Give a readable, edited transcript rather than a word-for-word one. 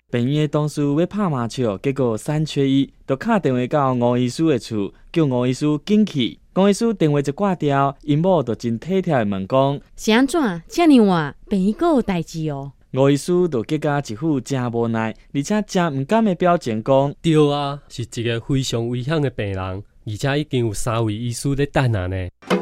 病院的同事要拍麻将，结果3缺1，就打电话到吴医师的厝，叫吴医师紧去。吴医师电话一挂掉，因某就真体贴的问讲： 是安怎？遮尔晚，病院阁有代志哦。 吴医师就结甲一副真无奈，而且真毋甘的表情讲： 对啊，是一个非常危险的病人，而且已经有3位医师在等啊呢。